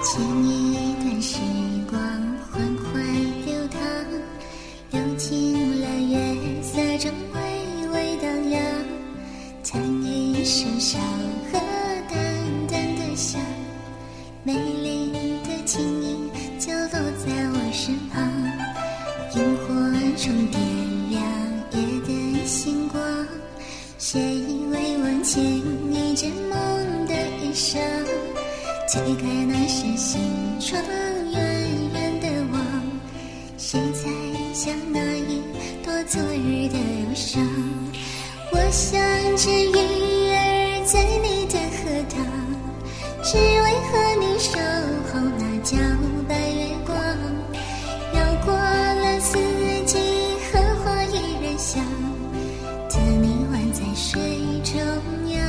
前一段时光缓缓流淌，流进了月色中微微荡漾，弹一声小河淡淡的香，美丽的轻音就落在我身旁，萤火中点亮夜的星光，谁为我牵一阵梦的衣裳，推开那扇心窗，远远的望，谁在想那一朵昨日的忧伤？我像只鱼儿在你的荷塘，只为和你守候那皎白月光，绕过了四季，荷花依然香，等你宛在水中央。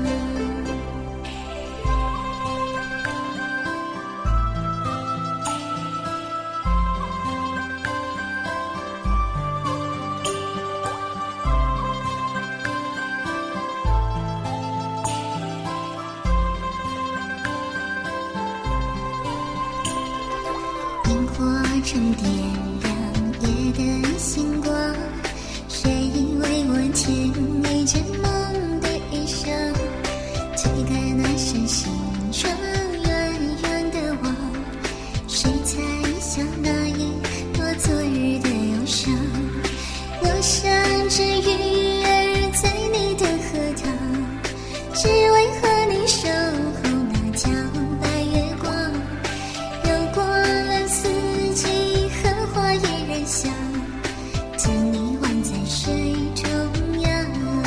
萤火中点亮夜的星光，谁为我牵一阵梦的衣裳，推开那扇心窗，远远的望，谁在想那一朵昨日的忧伤？我像只鱼儿在你的荷塘，只为和你守候那皎白月光，绕过了四季，荷花依然香，等你宛在水中央。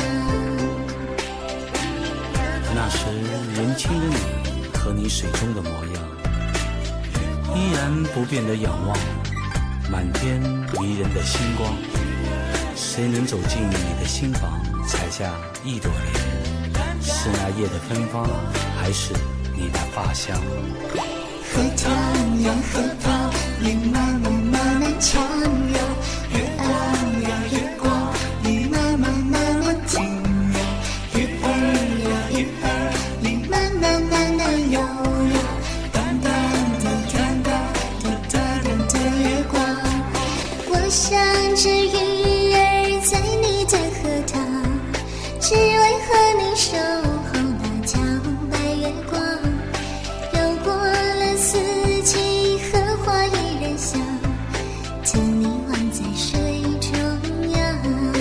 那时年轻的你和你水中的模样，依然不变的仰望满天迷人的星光，谁能走进你的心房，采下一朵莲？是那夜的芬芳，还是你的发香？ 荷塘呀荷塘，你慢慢慢慢唱呀，月儿呀月光，你慢慢慢慢听呀，鱼儿呀鱼儿，你慢慢慢慢游呀，淡淡的淡淡的淡淡的月光。我像只鱼儿在你的荷塘，只为和你守候那皎白月光，绕过了四季，荷花依然香，等你宛在水中央。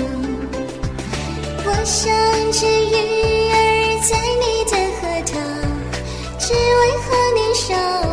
我像只鱼儿在你的荷塘，只为和你守